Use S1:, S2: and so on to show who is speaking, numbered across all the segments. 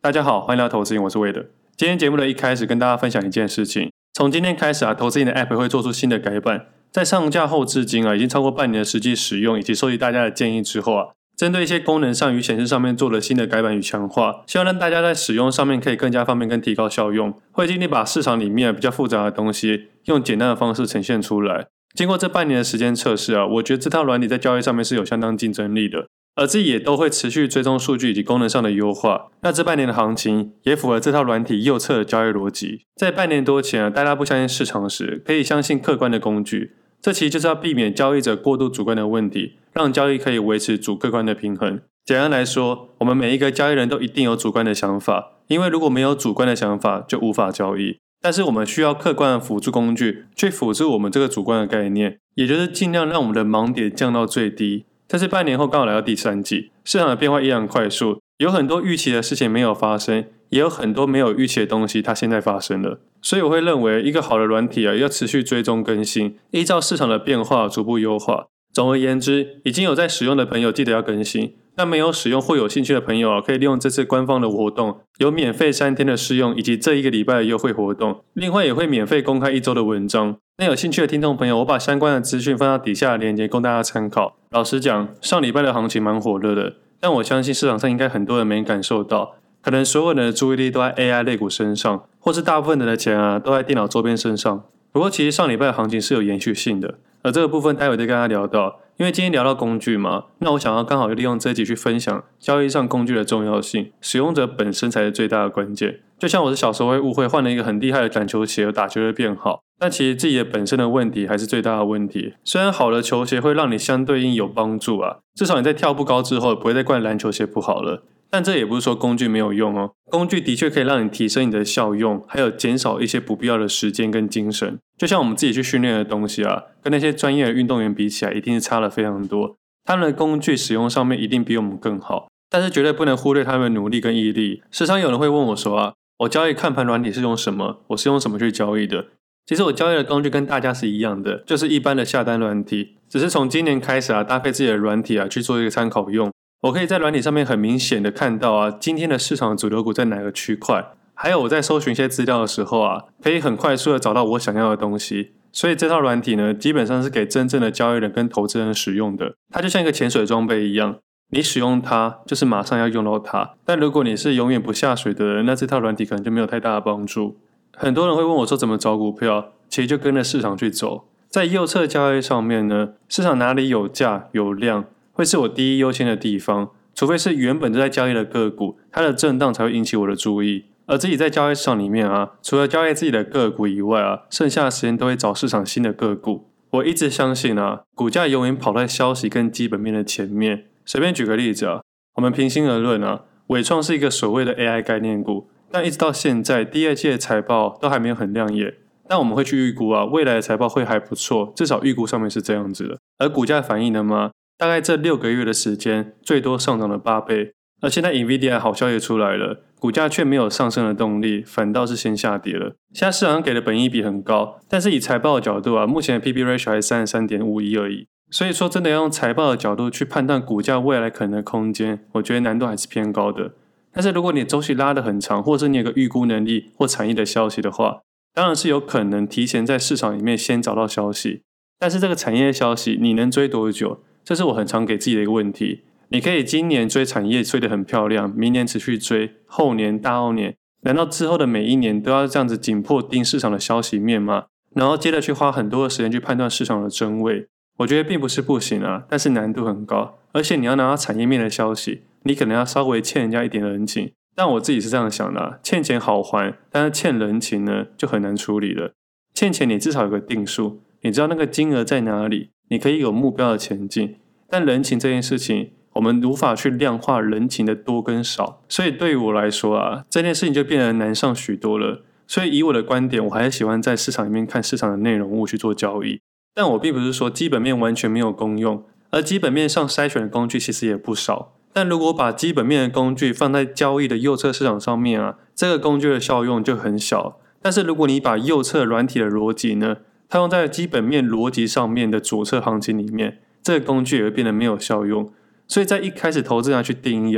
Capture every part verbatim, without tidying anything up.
S1: 大家好，欢迎来到投资瘾，我是魏德。今天节目的一开始跟大家分享一件事情，从今天开始啊，投资瘾的 App 会做出新的改版，在上架后至今啊，已经超过半年的实际使用以及收集大家的建议之后啊，针对一些功能上与显示上面做了新的改版与强化，希望让大家在使用上面可以更加方便跟提高效用，会尽力把市场里面比较复杂的东西用简单的方式呈现出来。经过这半年的时间测试啊，我觉得这套软体在交易上面是有相当竞争力的，而自己也都会持续追踪数据以及功能上的优化。那这半年的行情也符合这套软体右侧的交易逻辑。在半年多前啊，大家不相信市场时，可以相信客观的工具，这其实就是要避免交易者过度主观的问题，让交易可以维持主客观的平衡。简单来说，我们每一个交易人都一定有主观的想法，因为如果没有主观的想法，就无法交易。但是我们需要客观的辅助工具去辅助我们这个主观的概念，也就是尽量让我们的盲点降到最低。但是半年后刚好来到第三季，市场的变化依然快速，有很多预期的事情没有发生，也有很多没有预期的东西它现在发生了。所以我会认为一个好的软体啊，要持续追踪更新，依照市场的变化逐步优化。总而言之，已经有在使用的朋友记得要更新，那没有使用或有兴趣的朋友啊，可以利用这次官方的活动，有免费三天的试用以及这一个礼拜的优惠活动，另外也会免费公开一周的文章。那有兴趣的听众朋友，我把相关的资讯放到底下的链接供大家参考。老实讲，上礼拜的行情蛮火热的，但我相信市场上应该很多人没感受到，可能所有人的注意力都在 A I 类股身上，或是大部分人的钱啊都在电脑周边身上。不过其实上礼拜的行情是有延续性的，而这个部分待会再跟大家聊到，因为今天聊到工具嘛，那我想要刚好就利用这一集去分享交易上工具的重要性，使用者本身才是最大的关键。就像我是小时候会误会换了一个很厉害的篮球鞋而打球会变好，但其实自己的本身的问题还是最大的问题。虽然好的球鞋会让你相对应有帮助啊，至少你在跳步高之后不会再怪篮球鞋不好了，但这也不是说工具没有用哦，工具的确可以让你提升你的效用，还有减少一些不必要的时间跟精神。就像我们自己去训练的东西啊，跟那些专业的运动员比起来，一定是差了非常多。他们的工具使用上面一定比我们更好，但是绝对不能忽略他们的努力跟毅力。时常有人会问我说啊，我交易看盘软体是用什么？我是用什么去交易的？其实我交易的工具跟大家是一样的，就是一般的下单软体，只是从今年开始啊，搭配自己的软体啊去做一个参考用。我可以在软体上面很明显的看到啊，今天的市场主流股在哪个区块，还有我在搜寻一些资料的时候啊，可以很快速的找到我想要的东西。所以这套软体呢，基本上是给真正的交易人跟投资人使用的，它就像一个潜水装备一样，你使用它就是马上要用到它。但如果你是永远不下水的人，那这套软体可能就没有太大的帮助。很多人会问我说怎么找股票，其实就跟着市场去走。在右侧交易上面呢，市场哪里有价有量，会是我第一优先的地方，除非是原本就在交易的个股，它的震荡才会引起我的注意。而自己在交易市场里面啊，除了交易自己的个股以外啊，剩下的时间都会找市场新的个股。我一直相信啊，股价永远跑在消息跟基本面的前面。随便举个例子啊，我们平心而论啊，伟创是一个所谓的 A I 概念股，但一直到现在第二季的财报都还没有很亮眼。但我们会去预估啊，未来的财报会还不错，至少预估上面是这样子的。而股价反应了吗？大概这六个月的时间，最多上涨了八倍。而现在 Nvidia 好消息出来了，股价却没有上升的动力，反倒是先下跌了。现在市场上给的本益比很高，但是以财报的角度啊，目前的 P B ratio 还是 三十三点五一 而已。所以说真的要用财报的角度去判断股价未来可能的空间，我觉得难度还是偏高的。但是如果你周期拉得很长，或者是你有个预估能力或产业的消息的话，当然是有可能提前在市场里面先找到消息。但是这个产业消息你能追多久？这是我很常给自己的一个问题。你可以今年追产业追得很漂亮，明年持续追，后年大后年，难道之后的每一年都要这样子紧迫盯市场的消息面吗？然后接着去花很多的时间去判断市场的真伪？我觉得并不是不行啊，但是难度很高，而且你要拿到产业面的消息，你可能要稍微欠人家一点人情。但我自己是这样想的啊，欠钱好还，但是欠人情呢就很难处理了。欠钱你至少有个定数，你知道那个金额在哪里，你可以有目标的前进。但人情这件事情，我们无法去量化人情的多跟少，所以对于我来说啊，这件事情就变得难上许多了。所以以我的观点，我还是喜欢在市场里面看市场的内容物去做交易。但我并不是说基本面完全没有功用，而基本面上筛选的工具其实也不少。但如果把基本面的工具放在交易的右侧市场上面啊，这个工具的效用就很小。但是如果你把右侧软体的逻辑呢，它用在基本面逻辑上面的左侧行情里面，这个工具也会变得没有效用。所以在一开始投资人去定义啊，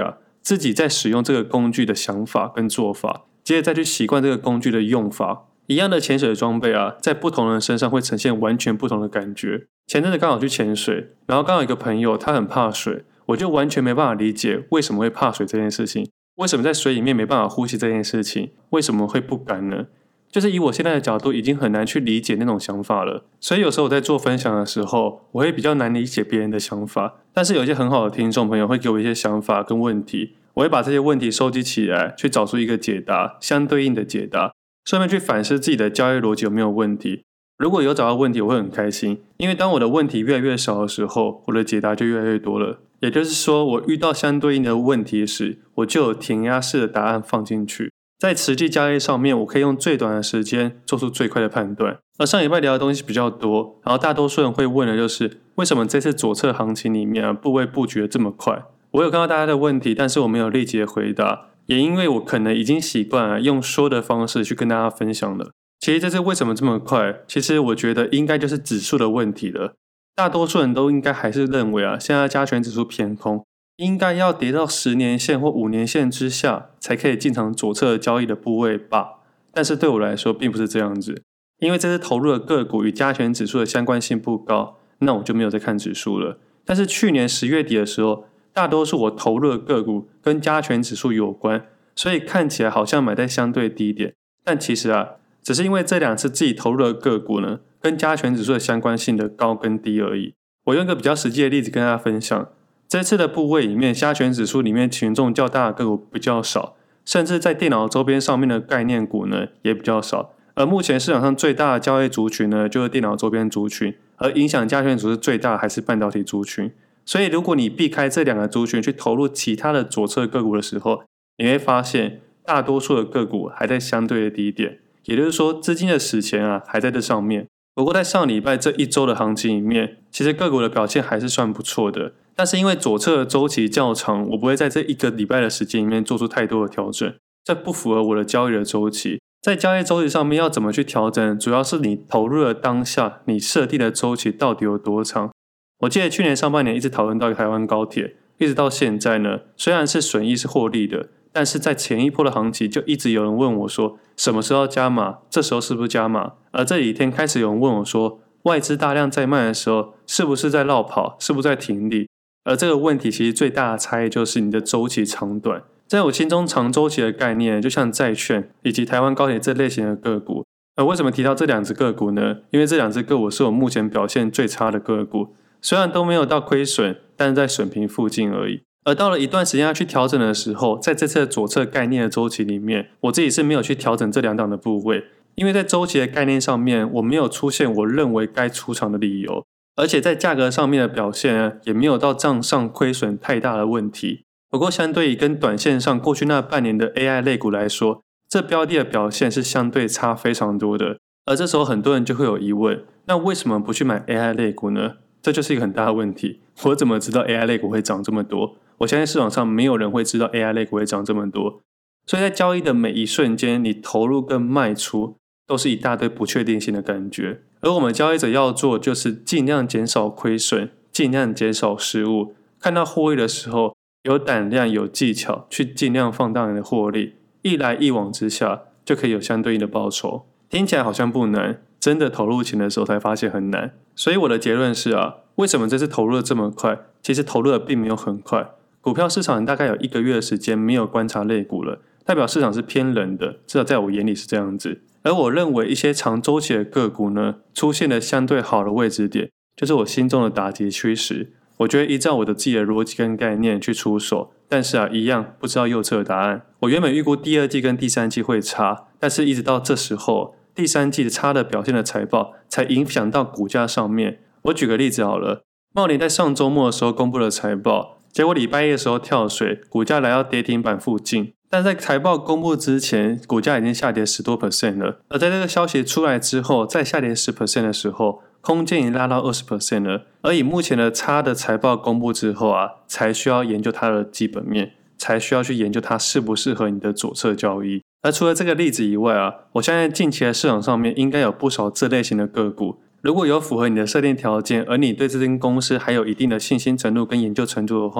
S1: 自己在使用这个工具的想法跟做法，接着再去习惯这个工具的用法。一样的潜水装备啊，在不同人身上会呈现完全不同的感觉。前阵子刚好去潜水，然后刚好有一个朋友他很怕水，我就完全没办法理解为什么会怕水这件事情，为什么在水里面没办法呼吸这件事情，为什么会不敢呢？就是以我现在的角度已经很难去理解那种想法了，所以有时候我在做分享的时候，我会比较难理解别人的想法，但是有一些很好的听众朋友会给我一些想法跟问题，我会把这些问题收集起来，去找出一个解答，相对应的解答，顺便去反思自己的交易逻辑有没有问题。如果有找到问题，我会很开心，因为当我的问题越来越少的时候，我的解答就越来越多了。也就是说，我遇到相对应的问题时，我就有填鸭式的答案放进去。在实际交易上面，我可以用最短的时间做出最快的判断。而上礼拜聊的东西比较多，然后大多数人会问的就是为什么这次左侧行情里面啊，部位布局的这么快？我有看到大家的问题，但是我没有立即的回答，也因为我可能已经习惯了用说的方式去跟大家分享了。其实这次为什么这么快？其实我觉得应该就是指数的问题了。大多数人都应该还是认为啊，现在加权指数偏空，应该要跌到十年线或五年线之下才可以进场左侧交易的部位吧。但是对我来说并不是这样子，因为这次投入的个股与加权指数的相关性不高，那我就没有再看指数了。但是去年十月底的时候，大多数我投入的个股跟加权指数有关，所以看起来好像买在相对低点，但其实啊，只是因为这两次自己投入的个股呢，跟加权指数的相关性的高跟低而已。我用一个比较实际的例子跟大家分享，这次的部位里面，加权指数里面权重较大的个股比较少，甚至在电脑周边上面的概念股呢也比较少。而目前市场上最大的交易族群呢，就是电脑周边族群，而影响加权指数最大还是半导体族群。所以如果你避开这两个族群去投入其他的左侧个股的时候，你会发现大多数的个股还在相对的低点，也就是说资金的死钱啊还在这上面。不过在上礼拜这一周的行情里面，其实个股的表现还是算不错的，但是因为左侧的周期较长，我不会在这一个礼拜的时间里面做出太多的调整，这不符合我的交易的周期。在交易周期上面要怎么去调整，主要是你投入的当下，你设定的周期到底有多长。我记得去年上半年一直讨论到台湾高铁，一直到现在呢，虽然是损益是获利的，但是在前一波的行情就一直有人问我说什么时候要加码，这时候是不是加码？而这几天开始有人问我说外资大量在卖的时候是不是在绕跑，是不是在停利？而这个问题其实最大的差异就是你的周期长短。在我心中长周期的概念就像债券以及台湾高铁这类型的个股。而为什么提到这两只个股呢？因为这两只个股是我目前表现最差的个股，虽然都没有到亏损，但是在损平附近而已。而到了一段时间要去调整的时候，在这次的左侧概念的周期里面，我自己是没有去调整这两档的部位，因为在周期的概念上面，我没有出现我认为该出场的理由，而且在价格上面的表现也没有到账上亏损太大的问题。不过相对于跟短线上过去那半年的 A I 类股来说，这标的的表现是相对差非常多的。而这时候很多人就会有疑问，那为什么不去买 A I 类股呢？这就是一个很大的问题，我怎么知道 A I 类股会涨这么多？我相信市场上没有人会知道 A I 类股会涨这么多。所以在交易的每一瞬间，你投入跟卖出都是一大堆不确定性的感觉，而我们交易者要做就是尽量减少亏损，尽量减少失误，看到获利的时候有胆量有技巧去尽量放大你的获利，一来一往之下就可以有相对应的报酬。听起来好像不难，真的投入钱的时候才发现很难。所以我的结论是啊，为什么这次投入的这么快？其实投入的并没有很快，股票市场大概有一个月的时间没有观察类股了，代表市场是偏冷的，至少在我眼里是这样子。而我认为一些长周期的个股呢，出现了相对好的位置点，就是我心中的打击趋势。我觉得依照我的自己的逻辑跟概念去出手，但是啊，一样不知道右侧的答案。我原本预估第二季跟第三季会差，但是一直到这时候，第三季的差的表现的财报才影响到股价上面。我举个例子好了，茂联在上周末的时候公布了财报，结果礼拜一的时候跳水，股价来到跌停板附近。但在财报公布之前，股价已经下跌十多 percent 了。而在这个消息出来之后，再下跌 百分之十 的时候，空间已经拉到 百分之二十 了。而以目前的差的财报公布之后啊，才需要研究它的基本面，才需要去研究它适不适合你的左侧交易。而除了这个例子以外啊，我相信近期的市场上面应该有不少这类型的个股。如果有符合你的设定条件，而你对这间公司还有一定的信心程度跟研究程度的话，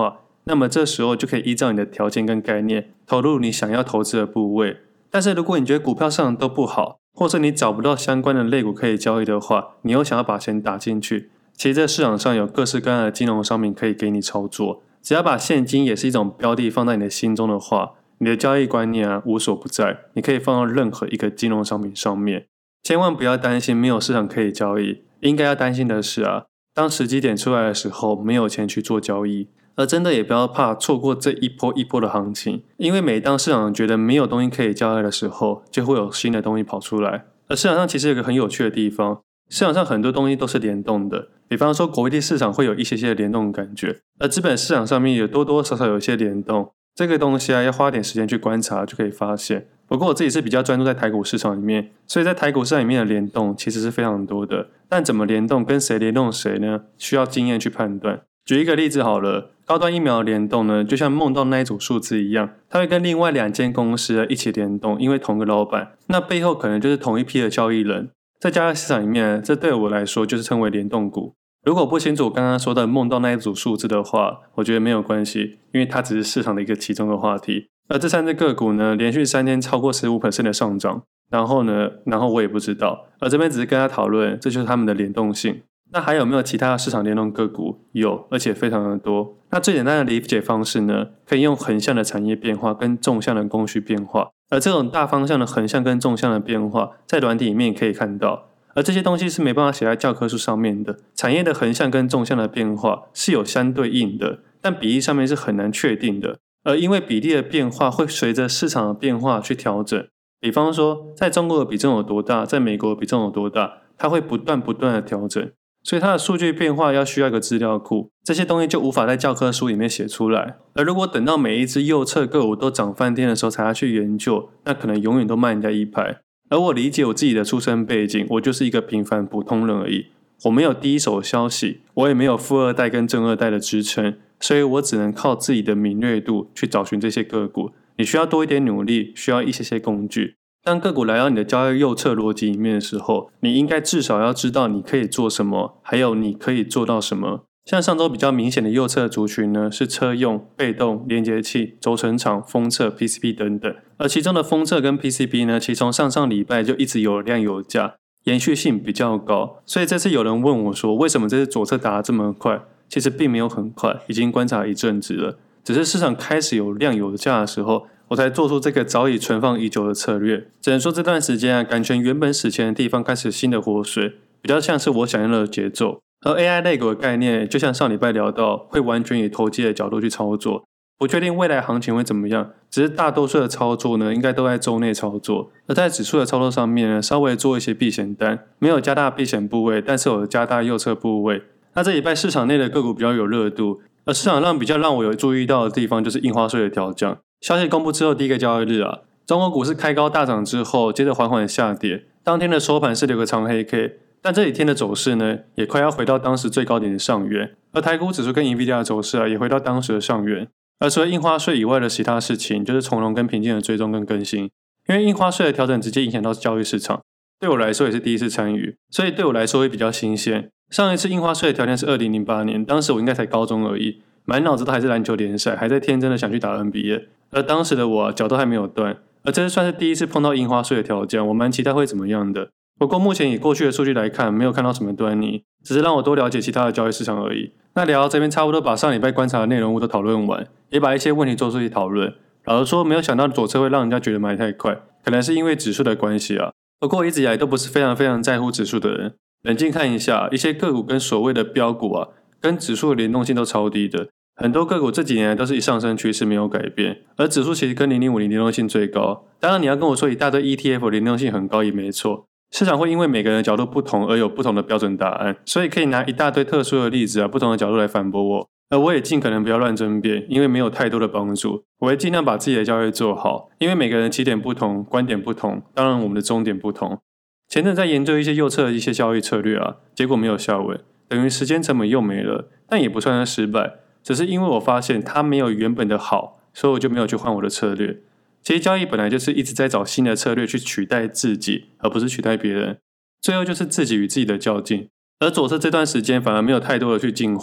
S1: 那么这时候就可以依照你的条件跟概念投入你想要投资的部位。但是如果你觉得股票市场都不好，或是你找不到相关的类股可以交易的话，你又想要把钱打进去，其实这市场上有各式各样的金融商品可以给你操作，只要把现金也是一种标的放在你的心中的话，你的交易观念啊无所不在，你可以放到任何一个金融商品上面。千万不要担心没有市场可以交易，应该要担心的是啊，当时机点出来的时候没有钱去做交易。而真的也不要怕错过这一波一波的行情，因为每当市场觉得没有东西可以交易的时候，就会有新的东西跑出来。而市场上其实有个很有趣的地方，市场上很多东西都是联动的，比方说国际市场会有一些些联动的感觉，而资本市场上面也多多少少有一些联动，这个东西啊要花点时间去观察就可以发现。不过我自己是比较专注在台股市场里面，所以在台股市场里面的联动其实是非常多的，但怎么联动跟谁联动谁呢，需要经验去判断。举一个例子好了，高端疫苗的联动呢，就像梦到那一组数字一样，它会跟另外两间公司一起联动，因为同个老板，那背后可能就是同一批的交易人。在交易市场里面，这对我来说就是称为联动股。如果不清楚刚刚说的梦到那一组数字的话，我觉得没有关系，因为它只是市场的一个其中的话题。而这三只个股呢，连续三天超过 百分之十五 的上涨，然后呢，然后我也不知道，而这边只是跟他讨论，这就是他们的联动性。那还有没有其他的市场联动个股？有，而且非常的多。那最简单的理解方式呢，可以用横向的产业变化跟纵向的供需变化。而这种大方向的横向跟纵向的变化，在软体里面也可以看到。而这些东西是没办法写在教科书上面的。产业的横向跟纵向的变化是有相对应的，但比例上面是很难确定的。而因为比例的变化会随着市场的变化去调整。比方说，在中国的比重有多大，在美国的比重有多大，它会不断不断的调整。所以它的数据变化要需要一个资料库，这些东西就无法在教科书里面写出来。而如果等到每一只右侧个股都涨翻天的时候才要去研究，那可能永远都慢人家一拍。而我理解我自己的出身背景，我就是一个平凡普通人而已，我没有第一手消息，我也没有富二代跟正二代的支撑，所以我只能靠自己的敏锐度去找寻这些个股。你需要多一点努力，需要一些些工具。当个股来到你的交易右侧逻辑里面的时候，你应该至少要知道你可以做什么，还有你可以做到什么。像上周比较明显的右侧族群呢，是车用、被动、连接器、轴承厂、封测、P C B 等等。而其中的封测跟 P C B 呢，其实从上上礼拜就一直有量有价，延续性比较高。所以这次有人问我说，为什么这次左侧打得这么快？其实并没有很快，已经观察一阵子了。只是市场开始有量有价的时候，我才做出这个早已存放已久的策略。只能说这段时间啊，感觉原本死前的地方开始新的活水，比较像是我想要的节奏。而 A I 类股的概念，就像上礼拜聊到，会完全以投机的角度去操作，不确定未来行情会怎么样，只是大多数的操作呢，应该都在周内操作。而在指数的操作上面呢，稍微做一些避险单，没有加大避险部位，但是有加大右侧部位。那这礼拜市场内的个股比较有热度，而市场上比较让我有注意到的地方，就是印花税的调降。消息公布之后第一个交易日啊，中国股市开高大涨之后，接着缓缓下跌，当天的收盘是留个长黑 K。但这几天的走势呢，也快要回到当时最高点的上缘，而台股指数跟 Nvidia 的走势啊，也回到当时的上缘。而除了印花税以外的其他事情，就是从容跟平静的追踪跟更新。因为印花税的调整直接影响到交易市场，对我来说也是第一次参与，所以对我来说会比较新鲜。上一次印花税的调整是二零零八年，当时我应该才高中而已，满脑子都还是篮球联赛，还在天真的想去打 N B A。而当时的我、啊、脚都还没有断，而这次算是第一次碰到印花税的调降，我蛮期待会怎么样的。不过目前以过去的数据来看，没有看到什么端倪，只是让我多了解其他的交易市场而已。那聊到这边差不多把上礼拜观察的内容物都讨论完，也把一些问题做出去讨论。老实说，没有想到左侧会让人家觉得买太快，可能是因为指数的关系啊。不过一直以来都不是非常非常在乎指数的人，冷静看一下，一些个股跟所谓的标股啊，跟指数的联动性都超低的。很多个股这几年来都是一上升趋势没有改变，而指数其实跟零零五零联动性最高。当然你要跟我说一大堆 E T F 联动性很高也没错，市场会因为每个人的角度不同而有不同的标准答案，所以可以拿一大堆特殊的例子啊，不同的角度来反驳我。而我也尽可能不要乱争辩，因为没有太多的帮助。我会尽量把自己的交易做好，因为每个人起点不同，观点不同，当然我们的终点不同。前阵在研究一些右侧的一些交易策略啊，结果没有下文，等于时间成本又没了，但也不算是失败，只是因为我发现它没有原本的好，所以我就没有去换我的策略。其实交易本来就是一直在找新的策略去取代自己，而不是取代别人，最后就是自己与自己的较劲。而左侧这段时间反而没有太多的去进化，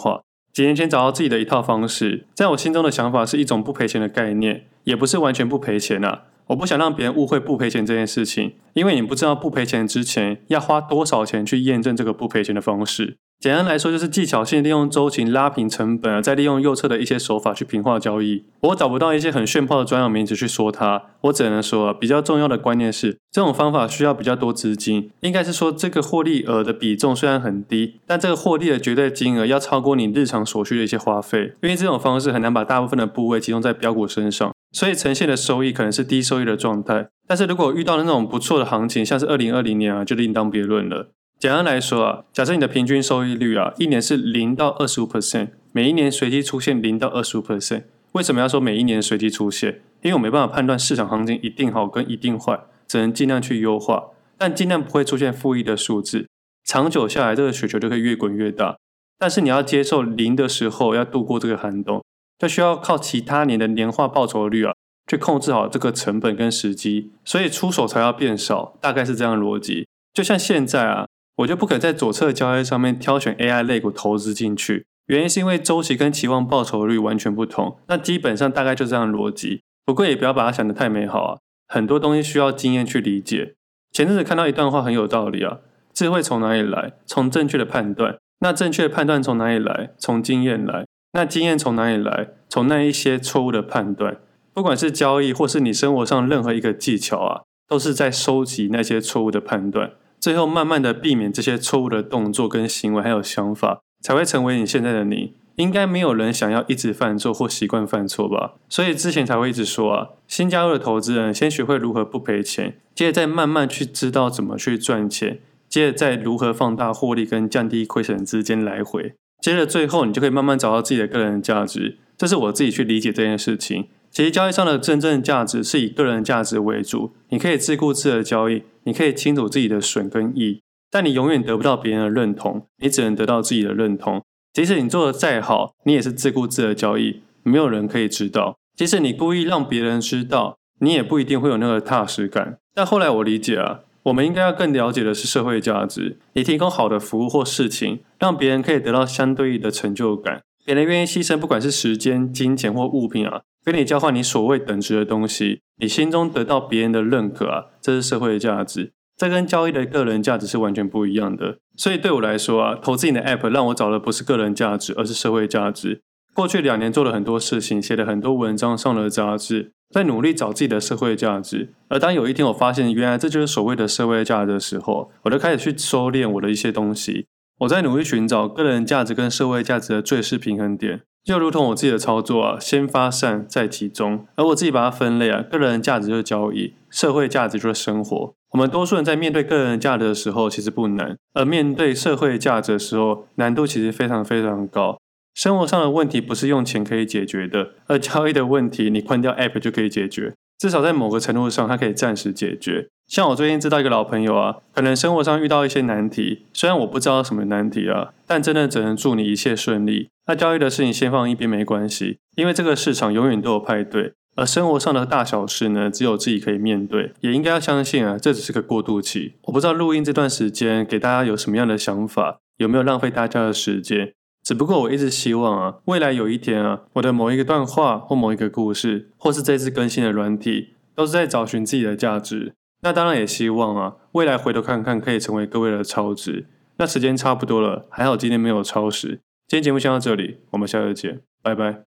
S1: 几年前找到自己的一套方式，在我心中的想法是一种不赔钱的概念，也不是完全不赔钱啊。我不想让别人误会不赔钱这件事情，因为你不知道不赔钱之前要花多少钱去验证这个不赔钱的方式。简单来说，就是技巧性利用周期拉平成本啊，再利用右侧的一些手法去平化交易。我找不到一些很炫炮的专有名词去说它，我只能说啊，比较重要的观念是，这种方法需要比较多资金，应该是说这个获利额的比重虽然很低，但这个获利的绝对金额要超过你日常所需的一些花费，因为这种方式很难把大部分的部位集中在标股身上，所以呈现的收益可能是低收益的状态。但是如果遇到了那种不错的行情，像是二零二零年啊，就另当别论了。简单来说啊，假设你的平均收益率啊，一年是零到 百分之二十五， 每一年随机出现零到 百分之二十五。为什么要说每一年随机出现？因为我没办法判断市场行情一定好跟一定坏，只能尽量去优化，但尽量不会出现负一的数字。长久下来，这个雪球就可以越滚越大。但是你要接受零的时候，要度过这个寒冬，就需要靠其他年的年化报酬率啊，去控制好这个成本跟时机，所以出手才要变少，大概是这样的逻辑。就像现在啊，我就不可能在左侧交易上面挑选 A I 类股投资进去，原因是因为周期跟期望报酬率完全不同，那基本上大概就这样的逻辑。不过也不要把它想得太美好啊，很多东西需要经验去理解。前阵子看到一段话很有道理啊，智慧从哪里来？从正确的判断。那正确的判断从哪里来？从经验来。那经验从哪里来？从那一些错误的判断。不管是交易或是你生活上任何一个技巧啊，都是在收集那些错误的判断，最后慢慢的避免这些错误的动作跟行为还有想法，才会成为你现在的你。应该没有人想要一直犯错或习惯犯错吧，所以之前才会一直说啊，新加入的投资人先学会如何不赔钱，接着再慢慢去知道怎么去赚钱，接着再如何放大获利跟降低亏损之间来回，接着最后你就可以慢慢找到自己的个人价值。这是我自己去理解这件事情。其实交易上的真正价值是以个人价值为主，你可以自顾自的交易，你可以清楚自己的损跟益，但你永远得不到别人的认同，你只能得到自己的认同。即使你做的再好，你也是自顾自的交易，没有人可以知道。即使你故意让别人知道，你也不一定会有那个踏实感。但后来我理解啊，我们应该要更了解的是社会价值，你提供好的服务或事情，让别人可以得到相对应的成就感，别人愿意牺牲不管是时间、金钱或物品啊，跟你交换你所谓等值的东西，你心中得到别人的认可啊，这是社会的价值。这跟交易的个人价值是完全不一样的。所以对我来说啊，投资你的 App 让我找的不是个人价值，而是社会价值。过去两年做了很多事情，写了很多文章，上了杂志，在努力找自己的社会价值。而当有一天我发现原来这就是所谓的社会价值的时候，我就开始去收敛我的一些东西。我在努力寻找个人价值跟社会价值的最适平衡点，就如同我自己的操作啊，先发散再集中。而我自己把它分类啊，个人价值就是交易，社会价值就是生活。我们多数人在面对个人价值的时候其实不难，而面对社会价值的时候难度其实非常非常高。生活上的问题不是用钱可以解决的，而交易的问题你关掉 App 就可以解决，至少在某个程度上它可以暂时解决。像我最近知道一个老朋友啊，可能生活上遇到一些难题，虽然我不知道什么难题啊，但真的只能祝你一切顺利。那交易的事情先放一边没关系，因为这个市场永远都有派对，而生活上的大小事呢，只有自己可以面对，也应该要相信啊，这只是个过渡期。我不知道录音这段时间给大家有什么样的想法，有没有浪费大家的时间，只不过我一直希望啊，未来有一天啊，我的某一个段话或某一个故事，或是这次更新的软体，都是在找寻自己的价值。那当然也希望啊，未来回头看看可以成为各位的超值。那时间差不多了，还好今天没有超时。今天节目先到这里，我们下次见，拜拜。